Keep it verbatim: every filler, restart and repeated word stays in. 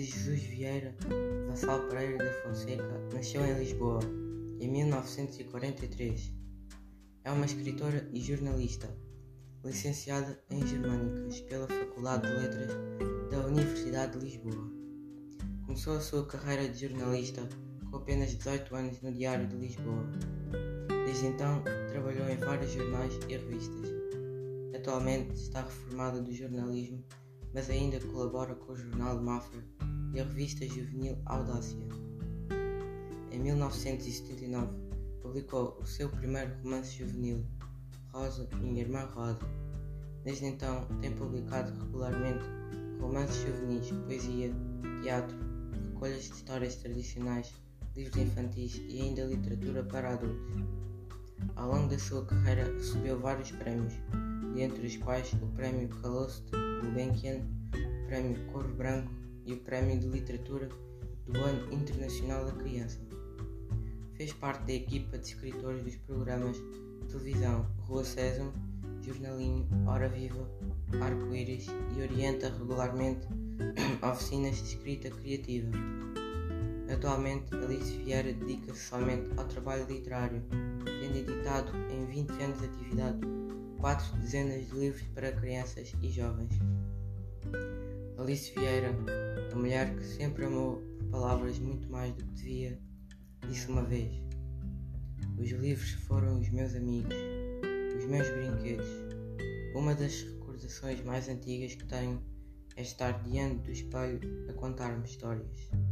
de Jesus Vieira Vassal Pereira da Fonseca nasceu em Lisboa, em mil novecentos e quarenta e três. É uma escritora e jornalista, licenciada em Germânicas pela Faculdade de Letras da Universidade de Lisboa. Começou a sua carreira de jornalista com apenas dezoito anos no Diário de Lisboa. Desde então, trabalhou em vários jornais e revistas. Atualmente está reformada do jornalismo, mas ainda colabora com o Jornal de Mafra e a revista juvenil Audácia. Em mil novecentos e setenta e nove, publicou o seu primeiro romance juvenil, Rosa, Minha Irmã Rosa. Desde então, tem publicado regularmente romances juvenis, poesia, teatro, recolhas de histórias tradicionais, livros infantis e ainda literatura para adultos. Ao longo da sua carreira, recebeu vários prémios, dentre os quais o Prémio Calouste Gulbenkian, o Prémio Corvo Branco e o Prémio de Literatura do Ano Internacional da Criança. Fez parte da equipa de escritores dos programas de televisão Rua Sésamo, Jornalinho, Hora Viva, Arco-Íris e orienta regularmente oficinas de escrita criativa. Atualmente, Alice Vieira dedica-se somente ao trabalho literário, tendo editado em vinte anos de atividade quatro dezenas de livros para crianças e jovens. Alice Vieira, a mulher que sempre amou por palavras muito mais do que devia, disse uma vez: "Os livros foram os meus amigos, os meus brinquedos. Uma das recordações mais antigas que tenho é estar diante do espelho a contar-me histórias."